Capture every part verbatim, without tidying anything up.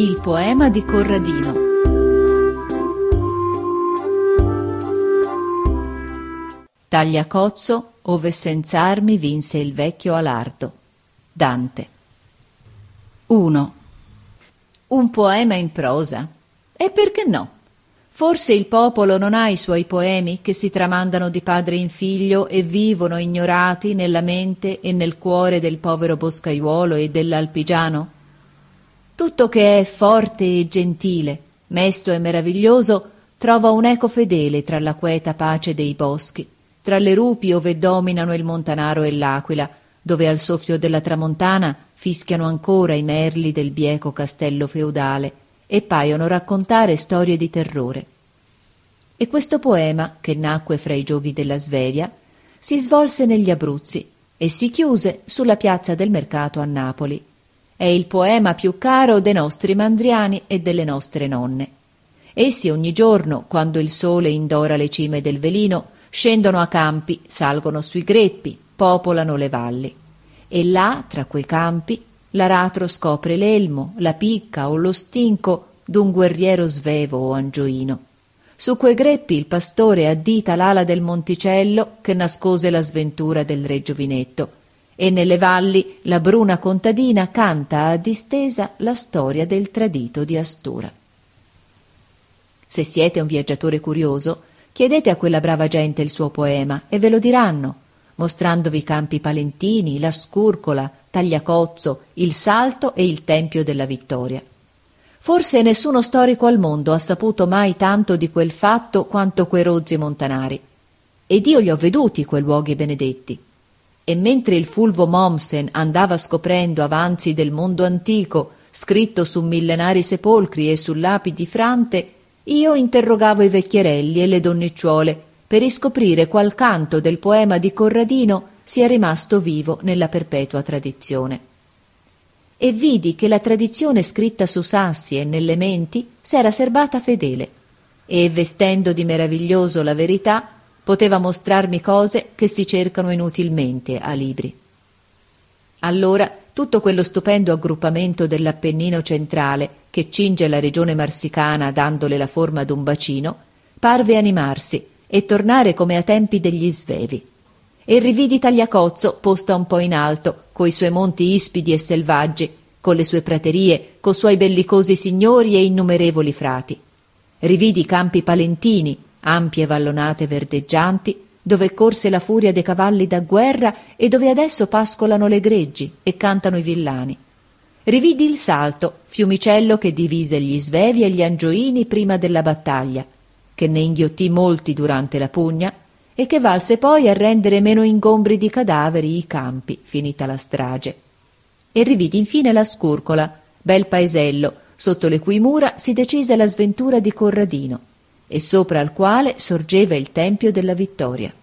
Il poema di Corradino. Tagliacozzo, ove senz'armi vinse il vecchio Alardo. Dante. uno. Un poema in prosa. E perché no? Forse il popolo non ha i suoi poemi che si tramandano di padre in figlio e vivono ignorati nella mente e nel cuore del povero boscaiuolo e dell'alpigiano? Tutto che è forte e gentile, mesto e meraviglioso, trova un'eco fedele tra la queta pace dei boschi, tra le rupi ove dominano il montanaro e l'aquila, dove al soffio della tramontana fischiano ancora i merli del bieco castello feudale e paiono raccontare storie di terrore. E questo poema, che nacque fra i gioghi della Svevia, si svolse negli Abruzzi e si chiuse sulla piazza del mercato a Napoli. È il poema più caro dei nostri mandriani e delle nostre nonne. Essi ogni giorno, quando il sole indora le cime del Velino, scendono a campi, salgono sui greppi, popolano le valli. E là, tra quei campi, l'aratro scopre l'elmo, la picca o lo stinco d'un guerriero svevo o angioino. Su quei greppi il pastore addita l'ala del monticello che nascose la sventura del re Giovinetto, e nelle valli la bruna contadina canta a distesa la storia del tradito di Astura. Se siete un viaggiatore curioso, chiedete a quella brava gente il suo poema e ve lo diranno, mostrandovi i campi palentini, la Scurcola, Tagliacozzo, il Salto e il Tempio della Vittoria. Forse nessuno storico al mondo ha saputo mai tanto di quel fatto quanto quei rozzi montanari. Ed io li ho veduti quei luoghi benedetti. E mentre il fulvo Mommsen andava scoprendo avanzi del mondo antico, scritto su millenari sepolcri e su lapidi frante, io interrogavo i vecchierelli e le donnicciuole per riscoprire qual canto del poema di Corradino sia rimasto vivo nella perpetua tradizione. E vidi che la tradizione scritta su sassi e nelle menti s'era serbata fedele, e vestendo di meraviglioso la verità poteva mostrarmi cose che si cercano inutilmente a libri. Allora tutto quello stupendo aggruppamento dell'Appennino centrale che cinge la regione marsicana dandole la forma d'un bacino parve animarsi e tornare come a tempi degli Svevi. E rividi Tagliacozzo posta un po' in alto, coi suoi monti ispidi e selvaggi, con le sue praterie, co suoi bellicosi signori e innumerevoli frati. Rividi i campi palentini, ampie vallonate verdeggianti, dove corse la furia dei cavalli da guerra e dove adesso pascolano le greggi e cantano i villani. Rividi il Salto, fiumicello che divise gli Svevi e gli Angioini prima della battaglia, che ne inghiottì molti durante la pugna e che valse poi a rendere meno ingombri di cadaveri i campi, finita la strage. E rividi infine la Scurcola, bel paesello, sotto le cui mura si decise la sventura di Corradino, e sopra al quale sorgeva il Tempio della Vittoria.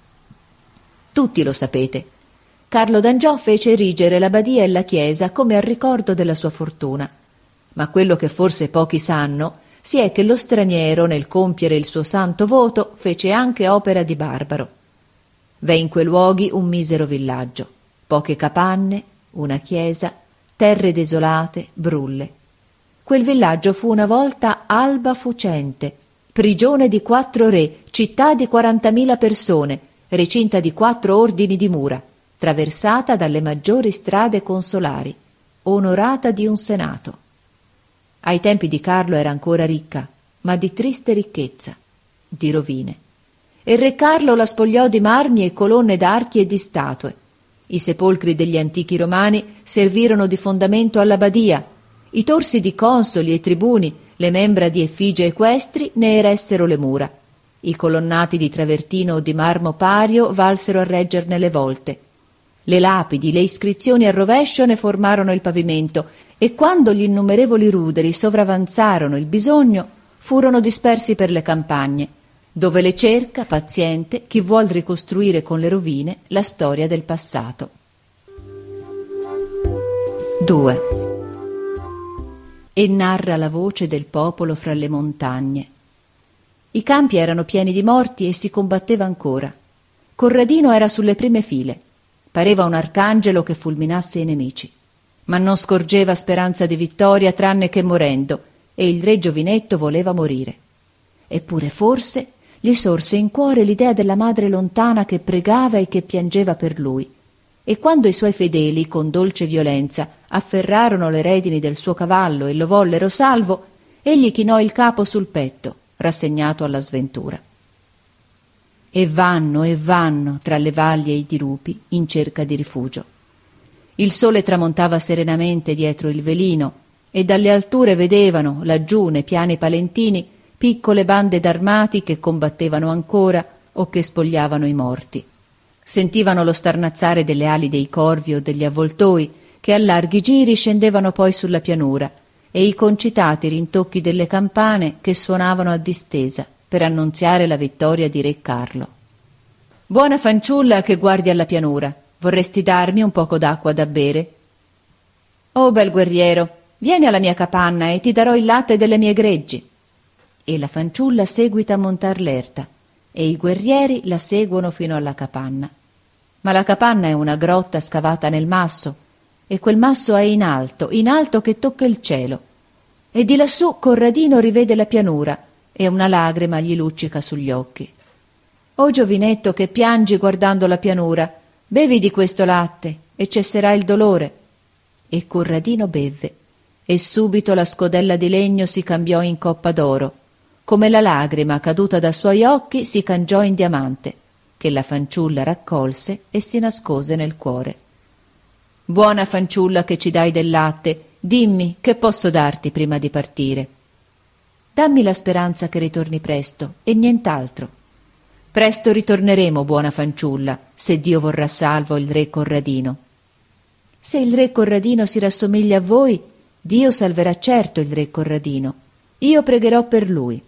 Tutti lo sapete. Carlo d'Angiò fece erigere l'abadia e la chiesa come a ricordo della sua fortuna. Ma quello che forse pochi sanno si è che lo straniero, nel compiere il suo santo voto, fece anche opera di barbaro. V'è in quei luoghi un misero villaggio, poche capanne, una chiesa, terre desolate, brulle. Quel villaggio fu una volta Alba Fucente, prigione di quattro re, città di quarantamila persone, recinta di quattro ordini di mura, traversata dalle maggiori strade consolari, onorata di un senato. Ai tempi di Carlo era ancora ricca, ma di triste ricchezza, di rovine. E re Carlo la spogliò di marmi e colonne d'archi e di statue. I sepolcri degli antichi romani servirono di fondamento all'abadia, i torsi di consoli e tribuni, le membra di effigie equestri ne eressero le mura. I colonnati di travertino o di marmo pario valsero a reggerne le volte. Le lapidi, le iscrizioni a rovescio ne formarono il pavimento, e quando gli innumerevoli ruderi sovravanzarono il bisogno, furono dispersi per le campagne, dove le cerca, paziente, chi vuol ricostruire con le rovine la storia del passato. due. E narra la voce del popolo fra le montagne. I campi erano pieni di morti e si combatteva ancora. Corradino era sulle prime file. Pareva un arcangelo che fulminasse i nemici. ma non scorgeva speranza di vittoria tranne che morendo, e il re Giovinetto voleva morire. Eppure forse gli sorse in cuore l'idea della madre lontana che pregava e che piangeva per lui, e quando i suoi fedeli, con dolce violenza, afferrarono le redini del suo cavallo e lo vollero salvo, egli chinò il capo sul petto, rassegnato alla sventura. E vanno e vanno tra le valli e i dirupi in cerca di rifugio. Il sole tramontava serenamente dietro il velino e dalle alture vedevano, laggiù nei piani palentini, piccole bande d'armati che combattevano ancora o che spogliavano i morti. Sentivano lo starnazzare delle ali dei corvi o degli avvoltoi che a larghi giri scendevano poi sulla pianura e i concitati rintocchi delle campane che suonavano a distesa per annunziare la vittoria di re Carlo. «Buona fanciulla che guardi alla pianura, vorresti darmi un poco d'acqua da bere?» «Oh bel guerriero, vieni alla mia capanna e ti darò il latte delle mie greggi». E la fanciulla seguita a montar l'erta e i guerrieri la seguono fino alla capanna. Ma la capanna è una grotta scavata nel masso e quel masso è in alto, in alto che tocca il cielo. E di lassù Corradino rivede la pianura e una lagrima gli luccica sugli occhi. «O giovinetto che piangi guardando la pianura, bevi di questo latte e cesserà il dolore». E Corradino bevve e subito la scodella di legno si cambiò in coppa d'oro, come la lagrima caduta da suoi occhi si cangiò in diamante, che la fanciulla raccolse e si nascose nel cuore. «Buona fanciulla che ci dai del latte, dimmi che posso darti prima di partire». «Dammi la speranza che ritorni presto e nient'altro». «Presto ritorneremo, buona fanciulla, se Dio vorrà salvo il re Corradino». «Se il re Corradino si rassomiglia a voi, Dio salverà certo il re Corradino. Io pregherò per lui».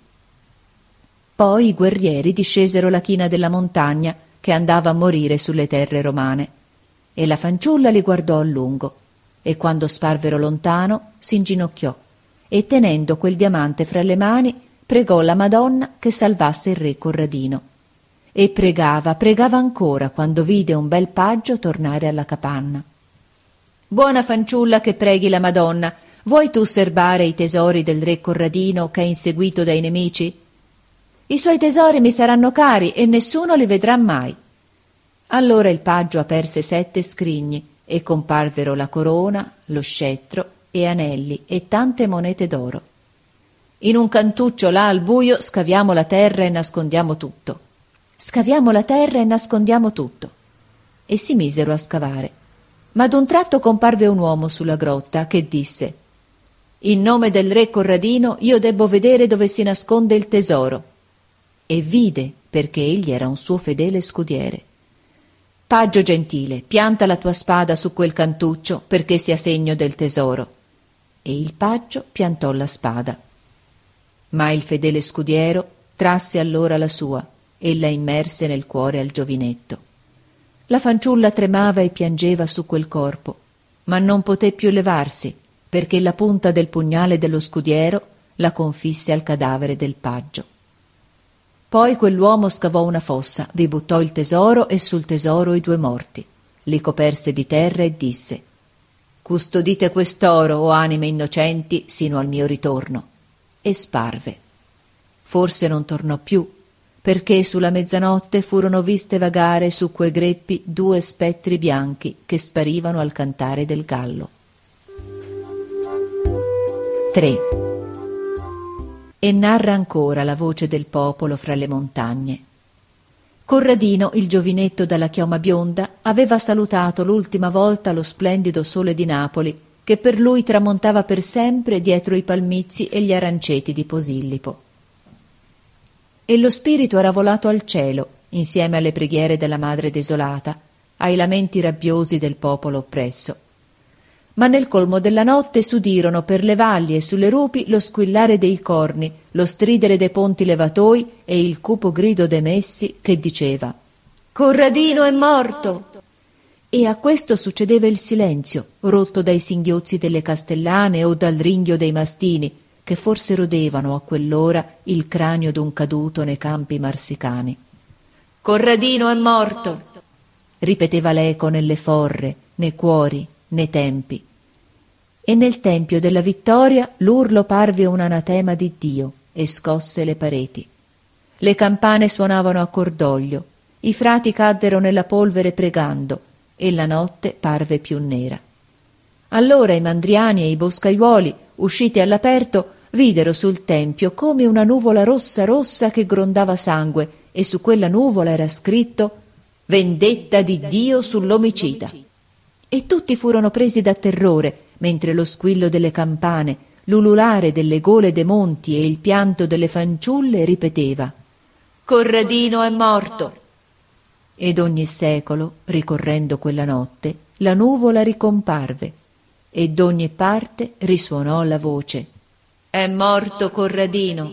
Poi i guerrieri discesero la china della montagna che andava a morire sulle terre romane, e la fanciulla li guardò a lungo, e quando sparvero lontano s'inginocchiò, e tenendo quel diamante fra le mani pregò la Madonna che salvasse il re Corradino. E pregava, pregava ancora quando vide un bel paggio tornare alla capanna. «Buona fanciulla che preghi la Madonna, vuoi tu serbare i tesori del re Corradino che è inseguito dai nemici?» «I suoi tesori mi saranno cari e nessuno li vedrà mai». Allora il paggio aperse sette scrigni e comparvero la corona, lo scettro e anelli e tante monete d'oro. «In un cantuccio là al buio scaviamo la terra e nascondiamo tutto». «Scaviamo la terra e nascondiamo tutto». E si misero a scavare. Ma d'un tratto comparve un uomo sulla grotta che disse: «In nome del re Corradino io debbo vedere dove si nasconde il tesoro». E vide, perché egli era un suo fedele scudiere. «Paggio gentile, pianta la tua spada su quel cantuccio perché sia segno del tesoro». E il paggio piantò la spada. Ma il fedele scudiero trasse allora la sua e la immerse nel cuore al giovinetto. La fanciulla tremava e piangeva su quel corpo, ma non poté più levarsi, perché la punta del pugnale dello scudiero la confisse al cadavere del paggio. Poi quell'uomo scavò una fossa, vi buttò il tesoro e sul tesoro i due morti, li coperse di terra e disse: «Custodite quest'oro, o anime innocenti, sino al mio ritorno». E sparve. Forse non tornò più, perché sulla mezzanotte furono viste vagare su quei greppi due spettri bianchi che sparivano al cantare del gallo. tre. E narra ancora la voce del popolo fra le montagne. Corradino, il giovinetto dalla chioma bionda, aveva salutato l'ultima volta lo splendido sole di Napoli, che per lui tramontava per sempre dietro i palmizi e gli aranceti di Posillipo. E lo spirito era volato al cielo, insieme alle preghiere della madre desolata, ai lamenti rabbiosi del popolo oppresso. Ma nel colmo della notte s'udirono per le valli e sulle rupi lo squillare dei corni, lo stridere dei ponti levatoi e il cupo grido dei messi che diceva: «Corradino è morto!» E a questo succedeva il silenzio, rotto dai singhiozzi delle castellane o dal ringhio dei mastini, che forse rodevano a quell'ora il cranio d'un caduto nei campi marsicani. «Corradino è morto!» ripeteva l'eco nelle forre, nei cuori, nei tempi. e nel Tempio della Vittoria l'urlo parve un anatema di Dio e scosse le pareti. Le campane suonavano a cordoglio, i frati caddero nella polvere pregando e la notte parve più nera. Allora i mandriani e i boscaiuoli, usciti all'aperto, videro sul tempio come una nuvola rossa rossa che grondava sangue, e su quella nuvola era scritto «Vendetta di Dio sull'omicida». E tutti furono presi da terrore, mentre lo squillo delle campane, l'ululare delle gole dei monti e il pianto delle fanciulle ripeteva «Corradino è morto!». Ed ogni secolo, ricorrendo quella notte, la nuvola ricomparve, e d'ogni parte risuonò la voce «È morto Corradino!».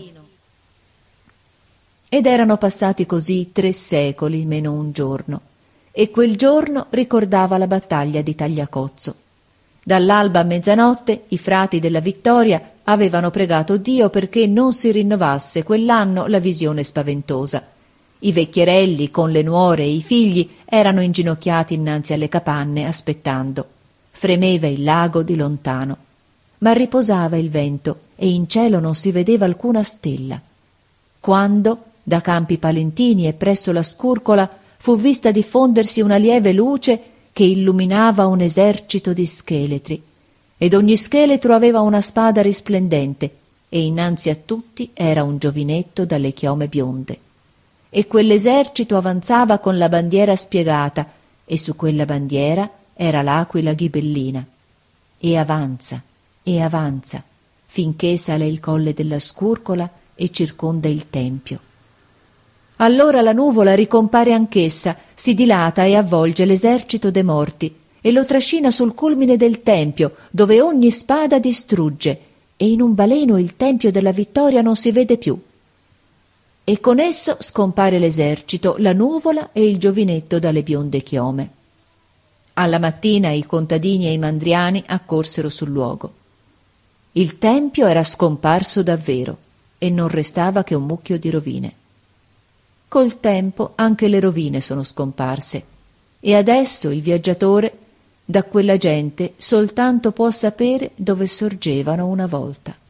Ed erano passati così tre secoli meno un giorno, e quel giorno ricordava la battaglia di Tagliacozzo. Dall'alba a mezzanotte i frati della Vittoria avevano pregato Dio perché non si rinnovasse quell'anno la visione spaventosa. I vecchierelli con le nuore e i figli erano inginocchiati innanzi alle capanne aspettando. Fremeva il lago di lontano, ma riposava il vento e in cielo non si vedeva alcuna stella. Quando, da Campi Palentini e presso la Scurcola, fu vista diffondersi una lieve luce che illuminava un esercito di scheletri, ed ogni scheletro aveva una spada risplendente, e innanzi a tutti era un giovinetto dalle chiome bionde. E quell'esercito avanzava con la bandiera spiegata, e su quella bandiera era l'aquila ghibellina. E avanza, e avanza, finché sale il colle della Scurcola e circonda il tempio. Allora la nuvola ricompare anch'essa, si dilata e avvolge l'esercito dei morti, e lo trascina sul culmine del tempio, dove ogni spada distrugge, e in un baleno il tempio della Vittoria non si vede più. E con esso scompare l'esercito, la nuvola e il giovinetto dalle bionde chiome. Alla mattina i contadini e i mandriani accorsero sul luogo. Il tempio era scomparso davvero, e non restava che un mucchio di rovine. Col tempo anche le rovine sono scomparse, e adesso il viaggiatore da quella gente soltanto può sapere dove sorgevano una volta.